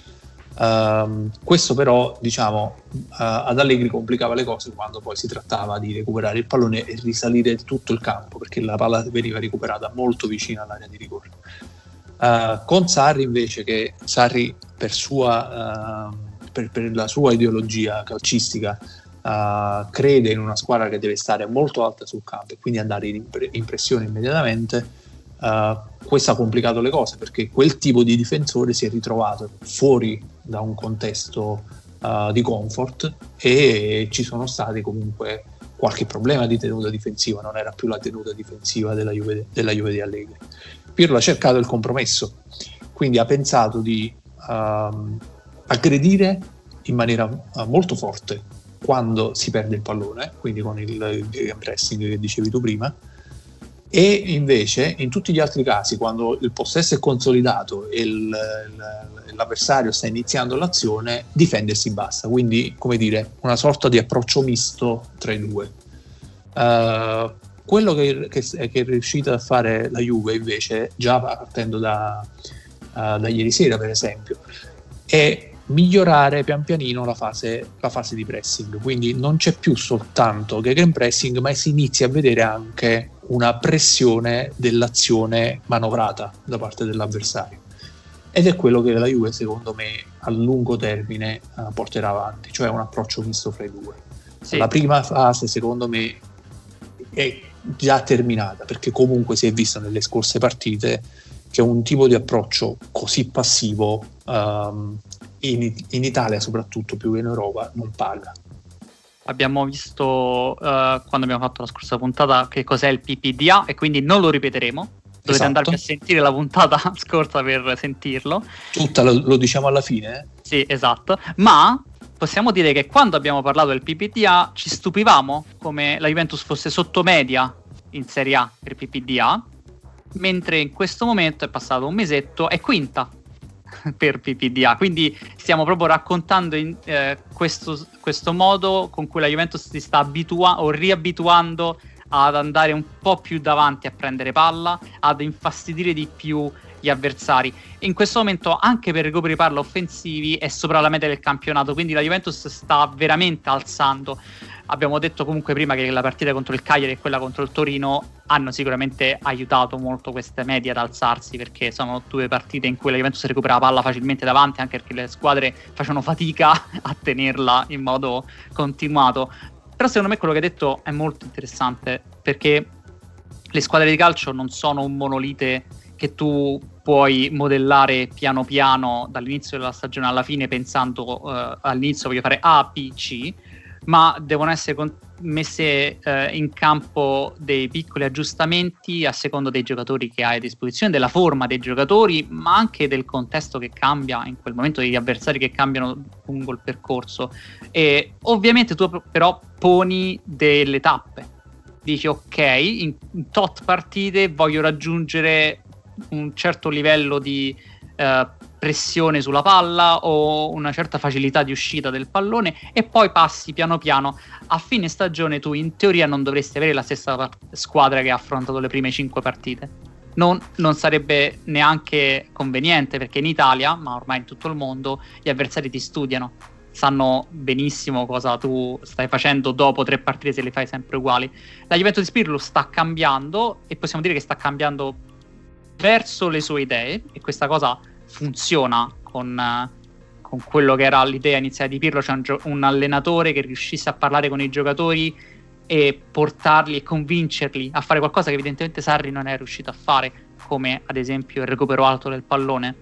Uh, questo però, diciamo, uh, ad Allegri complicava le cose quando poi si trattava di recuperare il pallone e risalire tutto il campo, perché la palla veniva recuperata molto vicina all'area di rigore. Uh, con Sarri invece, che Sarri per, sua, uh, per, per la sua ideologia calcistica uh, crede in una squadra che deve stare molto alta sul campo e quindi andare in, impre- in pressione immediatamente, uh, questo ha complicato le cose perché quel tipo di difensore si è ritrovato fuori da un contesto uh, di comfort e ci sono stati comunque qualche problema di tenuta difensiva, non era più la tenuta difensiva della Juve, della Juve di Allegri. Pirlo ha cercato il compromesso, quindi ha pensato di uh, aggredire in maniera uh, molto forte quando si perde il pallone, quindi con il, il pressing che dicevi tu prima, e invece in tutti gli altri casi, quando il possesso è consolidato e il, il, l'avversario sta iniziando l'azione, difendersi basta, quindi come dire una sorta di approccio misto tra i due. Uh, quello che, che, che è riuscita a fare la Juve invece, già partendo da, uh, da ieri sera per esempio, è migliorare pian pianino la fase, la fase di pressing, quindi non c'è più soltanto gegenpressing, ma si inizia a vedere anche una pressione dell'azione manovrata da parte dell'avversario, ed è quello che la Juve secondo me a lungo termine uh, porterà avanti, cioè un approccio misto fra i due. Sì. La prima fase secondo me è già terminata, perché comunque si è visto nelle scorse partite che un tipo di approccio così passivo um, in, in Italia soprattutto, più che in Europa, non paga. Abbiamo visto uh, quando abbiamo fatto la scorsa puntata che cos'è il P P D A e quindi non lo ripeteremo, dovete esatto. andarvi a sentire la puntata scorsa per sentirlo. Tutta lo, lo diciamo alla fine? Eh? Sì, esatto, ma possiamo dire che quando abbiamo parlato del P P D A ci stupivamo come la Juventus fosse sotto media in Serie A per P P D A, mentre in questo momento è passato un mesetto, è quinta. per P P D A, quindi stiamo proprio raccontando in, eh, questo, questo modo con cui la Juventus si sta abitua- o riabituando ad andare un po' più davanti a prendere palla, ad infastidire di più gli avversari. In questo momento anche per recuperi palla offensivi è sopra la media del campionato, quindi la Juventus sta veramente alzando. Abbiamo detto comunque prima che la partita contro il Cagliari e quella contro il Torino hanno sicuramente aiutato molto queste medie ad alzarsi, perché sono due partite in cui la Juventus recupera la palla facilmente davanti, anche perché le squadre facevano fatica a tenerla in modo continuato. Però secondo me quello che hai detto è molto interessante, perché le squadre di calcio non sono un monolite che tu puoi modellare piano piano dall'inizio della stagione alla fine, pensando uh, all'inizio voglio fare A, B, C, ma devono essere con- messe uh, in campo dei piccoli aggiustamenti a seconda dei giocatori che hai a disposizione, della forma dei giocatori, ma anche del contesto che cambia in quel momento, degli avversari che cambiano lungo il percorso. E ovviamente tu però poni delle tappe, dici ok, in, in tot partite voglio raggiungere un certo livello di uh, pressione sulla palla o una certa facilità di uscita del pallone, e poi passi piano piano. A fine stagione tu in teoria non dovresti avere la stessa part- squadra che ha affrontato le prime cinque partite. Non, non sarebbe neanche conveniente, perché in Italia, ma ormai in tutto il mondo, gli avversari ti studiano, sanno benissimo cosa tu stai facendo dopo tre partite se le fai sempre uguali. La Juventus di Pirlo sta cambiando, e possiamo dire che sta cambiando verso le sue idee, e questa cosa funziona con, uh, con quello che era l'idea iniziale di Pirlo, cioè un, gio- un allenatore che riuscisse a parlare con i giocatori e portarli e convincerli a fare qualcosa che evidentemente Sarri non è riuscito a fare, come ad esempio il recupero alto del pallone,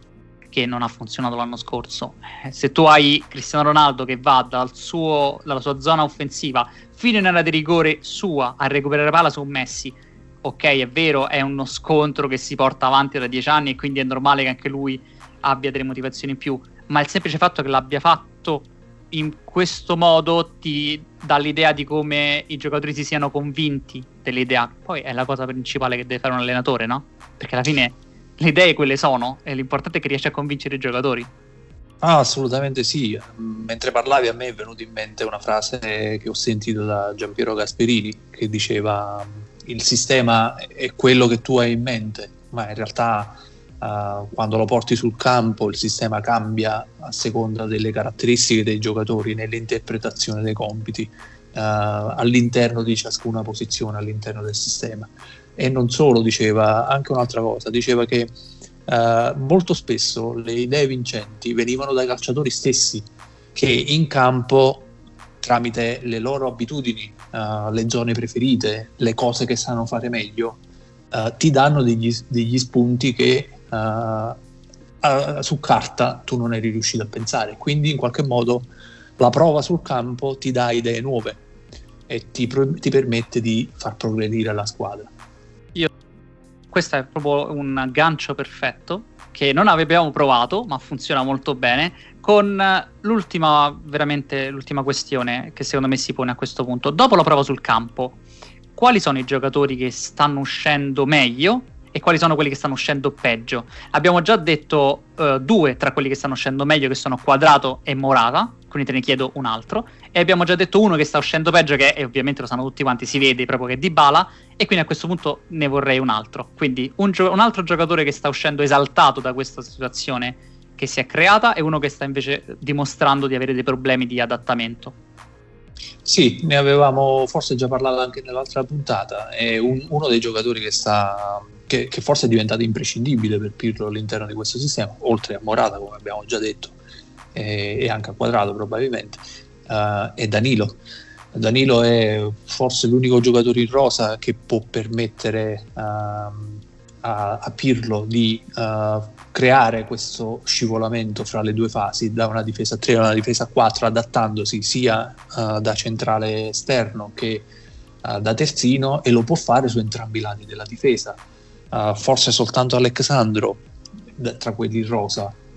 che non ha funzionato l'anno scorso. Eh, se tu hai Cristiano Ronaldo che va dal suo, dalla sua zona offensiva fino in area di rigore sua a recuperare palla su Messi, ok, è vero, è uno scontro che si porta avanti da dieci anni e quindi è normale che anche lui abbia delle motivazioni in più, ma il semplice fatto che l'abbia fatto in questo modo ti dà l'idea di come i giocatori si siano convinti dell'idea. Poi è la cosa principale che deve fare un allenatore, no? Perché alla fine le idee quelle sono, e l'importante è che riesci a convincere i giocatori. Ah, assolutamente sì. Mentre parlavi a me è venuta in mente una frase che ho sentito da Giampiero Gasperini, che diceva: il sistema è quello che tu hai in mente, ma in realtà uh, quando lo porti sul campo il sistema cambia a seconda delle caratteristiche dei giocatori nell'interpretazione dei compiti uh, all'interno di ciascuna posizione all'interno del sistema. E non solo, diceva anche un'altra cosa, diceva che uh, molto spesso le idee vincenti venivano dai calciatori stessi, che in campo, tramite le loro abitudini, uh, le zone preferite, le cose che sanno fare meglio, uh, ti danno degli, degli spunti che uh, uh, su carta tu non eri riuscito a pensare. Quindi in qualche modo la prova sul campo ti dà idee nuove e ti, pro- ti permette di far progredire la squadra. Io, questo è proprio un gancio perfetto che non avevamo provato, ma funziona molto bene, con l'ultima, veramente l'ultima questione che secondo me si pone a questo punto. Dopo la prova sul campo, quali sono i giocatori che stanno uscendo meglio e quali sono quelli che stanno uscendo peggio? Abbiamo già detto uh, due tra quelli che stanno uscendo meglio, che sono Quadrato e Morata, quindi te ne chiedo un altro, e abbiamo già detto uno che sta uscendo peggio, che è, e ovviamente lo sanno tutti quanti, si vede proprio che è Dybala, e quindi a questo punto ne vorrei un altro. Quindi un, gio- un altro giocatore che sta uscendo esaltato da questa situazione che si è creata, e uno che sta invece dimostrando di avere dei problemi di adattamento. Sì, ne avevamo forse già parlato anche nell'altra puntata. È un, uno dei giocatori che sta che, che forse è diventato imprescindibile per Pirlo all'interno di questo sistema, oltre a Morata, come abbiamo già detto, e, e anche a Quadrato probabilmente, uh, è Danilo. Danilo è forse l'unico giocatore in rosa che può permettere uh, a, a Pirlo di uh, creare questo scivolamento fra le due fasi, da una difesa a tre a una difesa a quattro, adattandosi sia uh, da centrale esterno che uh, da terzino, e lo può fare su entrambi i lati della difesa. Uh, forse soltanto Alexandro, tra quelli in rosa,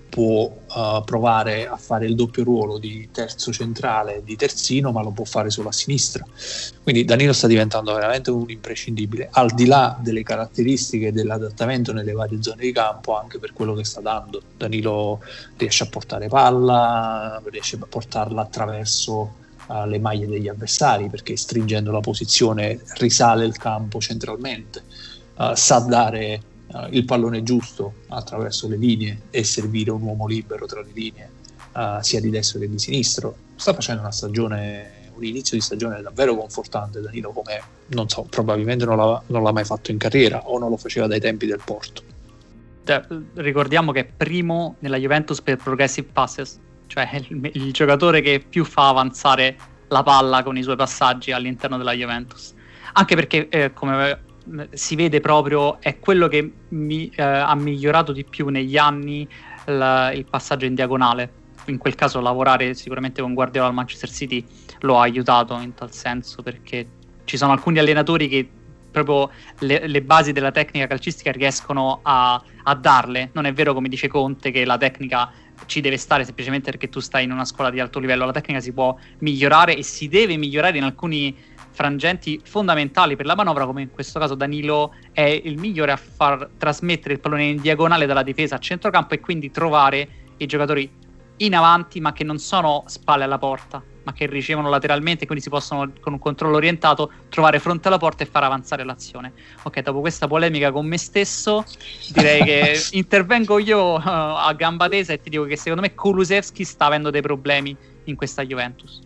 può uh, provare a fare il doppio ruolo di terzo centrale, di terzino, ma lo può fare solo a sinistra. Quindi Danilo sta diventando veramente un imprescindibile, al di là delle caratteristiche dell'adattamento nelle varie zone di campo, anche per quello che sta dando. Danilo riesce a portare palla, riesce a portarla attraverso uh, le maglie degli avversari, perché stringendo la posizione risale il campo centralmente, uh, sa dare Uh, il pallone giusto attraverso le linee e servire un uomo libero tra le linee, uh, sia di destra che di sinistro. Sta facendo una stagione, un inizio di stagione davvero confortante Danilo, come non so, probabilmente non l'ha, non l'ha mai fatto in carriera, o non lo faceva dai tempi del Porto. Cioè, ricordiamo che è primo nella Juventus per progressive passes, cioè il, il giocatore che più fa avanzare la palla con i suoi passaggi all'interno della Juventus, anche perché eh, come si vede proprio, è quello che mi, eh, ha migliorato di più negli anni la, il passaggio in diagonale. In quel caso lavorare sicuramente con Guardiola al Manchester City lo ha aiutato in tal senso, perché ci sono alcuni allenatori che proprio le, le basi della tecnica calcistica riescono a, a darle. Non è vero, come dice Conte, che la tecnica ci deve stare semplicemente perché tu stai in una scuola di alto livello. La tecnica si può migliorare e si deve migliorare in alcuni frangenti fondamentali per la manovra, come in questo caso Danilo è il migliore a far trasmettere il pallone in diagonale dalla difesa a centrocampo e quindi trovare i giocatori in avanti, ma che non sono spalle alla porta, ma che ricevono lateralmente, quindi si possono, con un controllo orientato, trovare fronte alla porta e far avanzare l'azione. Ok, dopo questa polemica con me stesso direi che intervengo io uh, a gamba tesa e ti dico che secondo me Kulusevski sta avendo dei problemi in questa Juventus.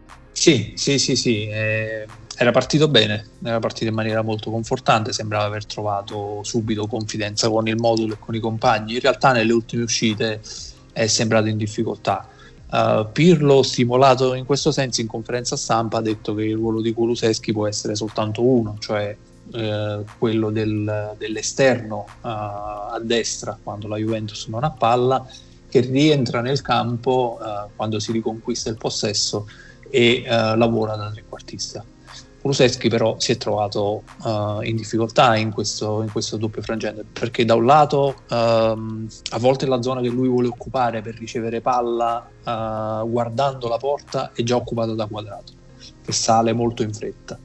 Sì, sì, sì, sì, eh, era partito bene, era partito in maniera molto confortante, sembrava aver trovato subito confidenza con il modulo e con i compagni. In realtà nelle ultime uscite è sembrato in difficoltà. Uh, Pirlo, stimolato in questo senso in conferenza stampa, ha detto che il ruolo di Kulusevski può essere soltanto uno, cioè uh, quello del, dell'esterno uh, a destra quando la Juventus non ha palla, che rientra nel campo uh, quando si riconquista il possesso e uh, lavora da trequartista. Kulusevski però si è trovato uh, in difficoltà in questo, in questo doppio frangente, perché da un lato um, a volte la zona che lui vuole occupare per ricevere palla uh, guardando la porta è già occupata da Quadrato, che sale molto in fretta.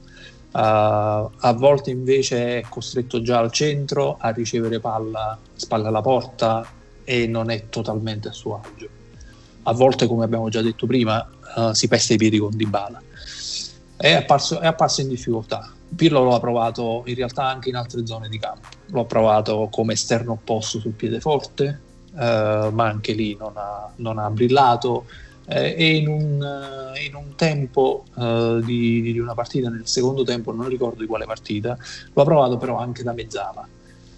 Uh, a volte invece è costretto già al centro a ricevere palla spalle alla porta e non è totalmente a suo agio. A volte, come abbiamo già detto prima, uh, si pesta i piedi con Dybala. È apparso, è apparso in difficoltà. Pirlo lo ha provato in realtà anche in altre zone di campo. Lo ha provato come esterno opposto sul piedeforte, uh, ma anche lì non ha, non ha brillato. Eh, e in un, uh, in un tempo uh, di, di una partita, nel secondo tempo, non ricordo di quale partita, lo ha provato però anche da mezzala.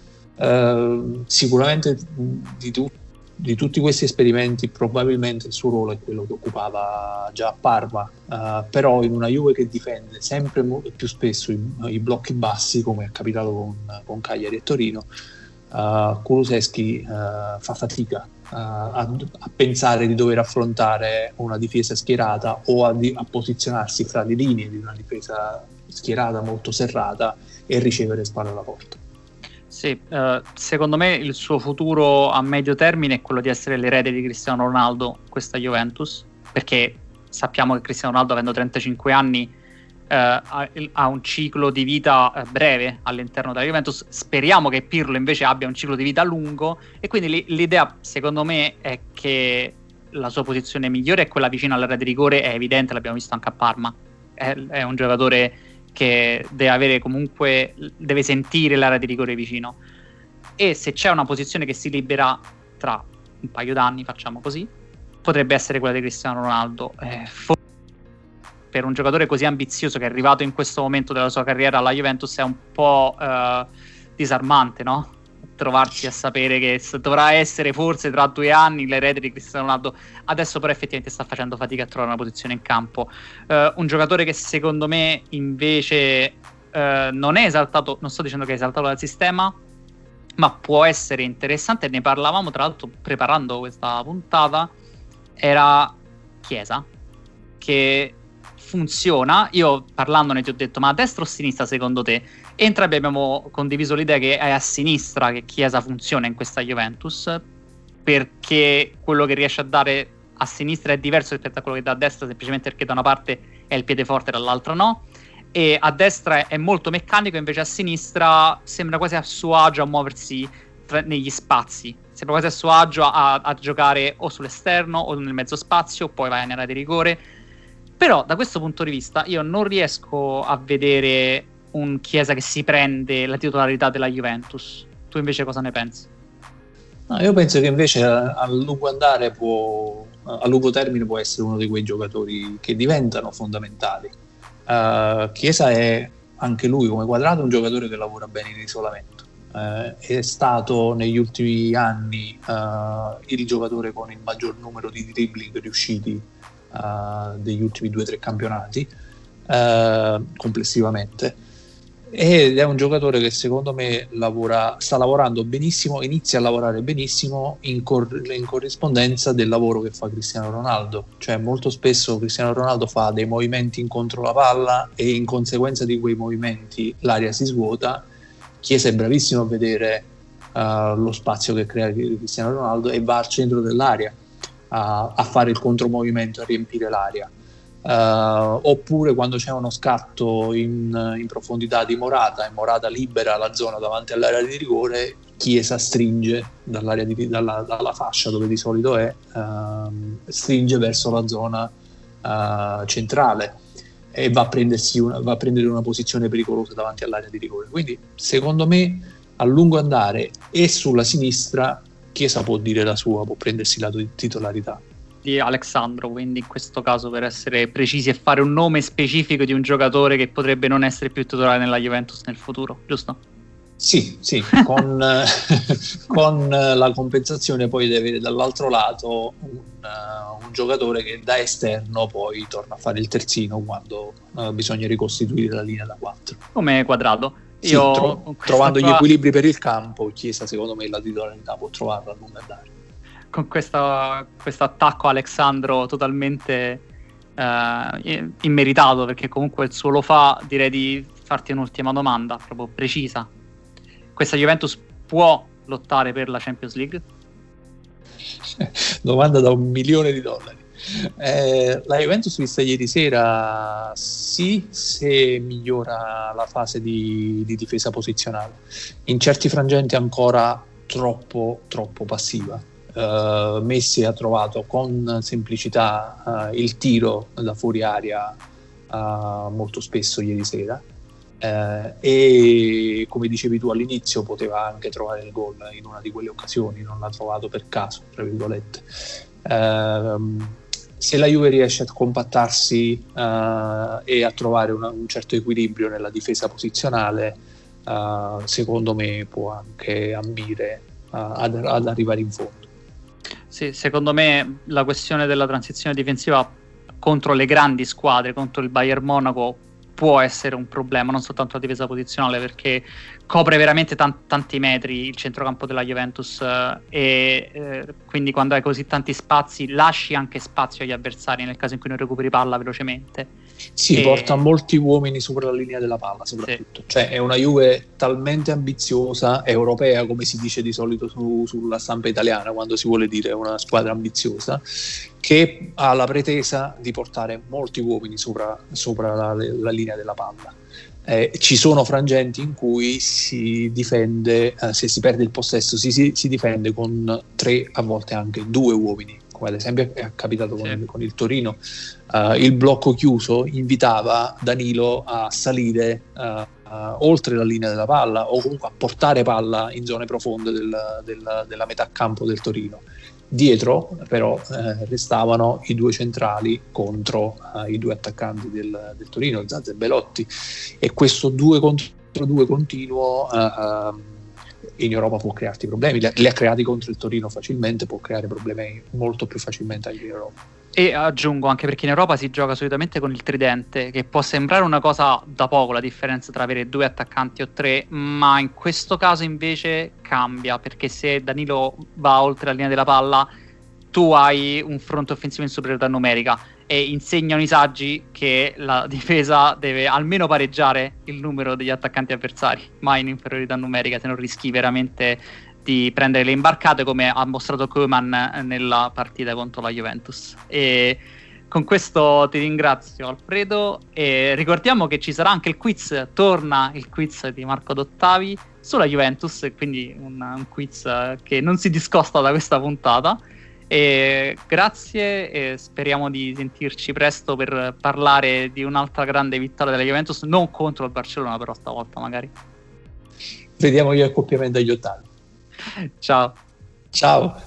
Uh, sicuramente di tutti Di tutti questi esperimenti probabilmente il suo ruolo è quello che occupava già a Parma, uh, però in una Juve che difende sempre mo- più spesso i, i blocchi bassi, come è capitato con, con Cagliari e Torino, uh, Kulusevski uh, fa fatica uh, a, a pensare di dover affrontare una difesa schierata o a, di, a posizionarsi fra le linee di una difesa schierata molto serrata e ricevere spalle alla porta. Sì, eh, secondo me il suo futuro a medio termine è quello di essere l'erede di Cristiano Ronaldo, questa Juventus, perché sappiamo che Cristiano Ronaldo, avendo trentacinque anni, eh, ha, ha un ciclo di vita eh, breve all'interno della Juventus. Speriamo che Pirlo invece abbia un ciclo di vita lungo, e quindi l- l'idea secondo me è che la sua posizione migliore è quella vicino all'area di rigore. È evidente, l'abbiamo visto anche a Parma, è, è un giocatore che deve avere comunque, deve sentire l'area di rigore vicino, e se c'è una posizione che si libera tra un paio d'anni, facciamo così, potrebbe essere quella di Cristiano Ronaldo. Eh, for- per un giocatore così ambizioso che è arrivato in questo momento della sua carriera alla Juventus è un po' eh, disarmante, no? Trovarsi a sapere che dovrà essere forse tra due anni l'erede di Cristiano Ronaldo. Adesso però effettivamente sta facendo fatica a trovare una posizione in campo. Uh, un giocatore che secondo me invece uh, non è esaltato, non sto dicendo che è esaltato dal sistema, ma può essere interessante. Ne parlavamo tra l'altro preparando questa puntata, era Chiesa, che funziona. Io parlandone ti ho detto: ma a destra o a sinistra secondo te? E entrambi abbiamo condiviso l'idea che è a sinistra che Chiesa funziona in questa Juventus. perché quello che riesce a dare a sinistra è diverso rispetto a quello che dà a destra, semplicemente perché da una parte è il piede forte e dall'altra no, e a destra è molto meccanico, invece a sinistra sembra quasi a suo agio a muoversi tra, negli spazi, sembra quasi a suo agio a, a giocare o sull'esterno o nel mezzo spazio, poi vai nell'area di rigore. Però da questo punto di vista io non riesco a vedere un Chiesa che si prende la titolarità della Juventus. Tu invece cosa ne pensi? No, io penso che invece a, a lungo andare può, a lungo termine può essere uno di quei giocatori che diventano fondamentali. Uh, Chiesa è anche lui, come Quadrato, un giocatore che lavora bene in isolamento. Uh, è stato negli ultimi anni uh, il giocatore con il maggior numero di dribbling riusciti uh, degli ultimi due o tre campionati uh, complessivamente. Ed è un giocatore che secondo me lavora, sta lavorando benissimo, inizia a lavorare benissimo in, cor- in corrispondenza del lavoro che fa Cristiano Ronaldo. Cioè molto spesso Cristiano Ronaldo fa dei movimenti incontro la palla e in conseguenza di quei movimenti l'aria si svuota. Chiesa è bravissimo a vedere uh, lo spazio che crea Cristiano Ronaldo e va al centro dell'area a, a fare il contromovimento, a riempire l'area. Uh, oppure quando c'è uno scatto in, in profondità di Morata e Morata libera la zona davanti all'area di rigore, Chiesa stringe dall'area di, dalla, dalla fascia dove di solito è, uh, stringe verso la zona uh, centrale e va a, prendersi una, va a prendere una posizione pericolosa davanti all'area di rigore. Quindi secondo me a lungo andare e sulla sinistra Chiesa può dire la sua, può prendersi la titolarità di Alexandro, quindi in questo caso, per essere precisi e fare un nome specifico di un giocatore che potrebbe non essere più titolare nella Juventus nel futuro, giusto? Sì, sì, con, con la compensazione poi di avere dall'altro lato un, uh, un giocatore che da esterno poi torna a fare il terzino quando uh, bisogna ricostituire la linea da quattro. Come Quadrato. Sì, Io, tro- trovando qua... gli equilibri per il campo, Chiesa secondo me la titolarità può trovarla a lungo andare. Con questo attacco Alexandro totalmente eh, immeritato, perché comunque il suo lo fa, direi di farti un'ultima domanda proprio precisa. Questa Juventus può lottare per la Champions League? Domanda da un milione di dollari. Eh, la Juventus vista ieri sera sì, se migliora la fase di, di difesa posizionale. In certi frangenti ancora troppo troppo passiva. Uh, Messi ha trovato con semplicità uh, il tiro da fuori aria uh, molto spesso ieri sera uh, e come dicevi tu all'inizio poteva anche trovare il gol in una di quelle occasioni, non l'ha trovato per caso tra virgolette. Uh, se la Juve riesce a compattarsi uh, e a trovare una, un certo equilibrio nella difesa posizionale, uh, secondo me può anche ambire uh, ad, ad arrivare in fondo. Sì, secondo me la questione della transizione difensiva contro le grandi squadre, contro il Bayern Monaco, può essere un problema, non soltanto la difesa posizionale, perché copre veramente tan- tanti metri il centrocampo della Juventus eh, e eh, quindi quando hai così tanti spazi lasci anche spazio agli avversari nel caso in cui non recuperi palla velocemente. Si e... porta molti uomini sopra la linea della palla soprattutto, sì. Cioè è una Juve talmente ambiziosa, europea come si dice di solito su, sulla stampa italiana quando si vuole dire una squadra ambiziosa, che ha la pretesa di portare molti uomini sopra, sopra la, la linea della palla. Eh, ci sono frangenti in cui si difende, eh, se si perde il possesso si, si, si difende con tre, a volte anche due uomini, come ad esempio è capitato con, sì. con il Torino. Uh, il blocco chiuso invitava Danilo a salire uh, uh, oltre la linea della palla o comunque a portare palla in zone profonde del, del, della metà campo del Torino. Dietro però eh, restavano i due centrali contro uh, i due attaccanti del, del Torino, Zaza e Belotti, e questo due contro due continuo uh, uh, in Europa può crearti problemi. Li, li ha creati contro il Torino facilmente, può creare problemi molto più facilmente anche in Europa. E aggiungo anche perché in Europa si gioca solitamente con il tridente, che può sembrare una cosa da poco la differenza tra avere due attaccanti o tre, ma in questo caso invece cambia, perché se Danilo va oltre la linea della palla tu hai un fronte offensivo in superiorità numerica e insegnano i saggi che la difesa deve almeno pareggiare il numero degli attaccanti avversari, mai in inferiorità numerica, se non rischi veramente di prendere le imbarcate, come ha mostrato Koeman nella partita contro la Juventus. E con questo ti ringrazio, Alfredo, e ricordiamo che ci sarà anche il quiz, torna il quiz di Marco Dottavi sulla Juventus, quindi un, un quiz che non si discosta da questa puntata. E grazie, e speriamo di sentirci presto per parlare di un'altra grande vittoria della Juventus, non contro il Barcellona però stavolta magari. Vediamo gli accoppiamenti agli ottavi. Ciao. Ciao.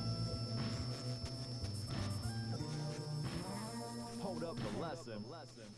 Hold up the lesson.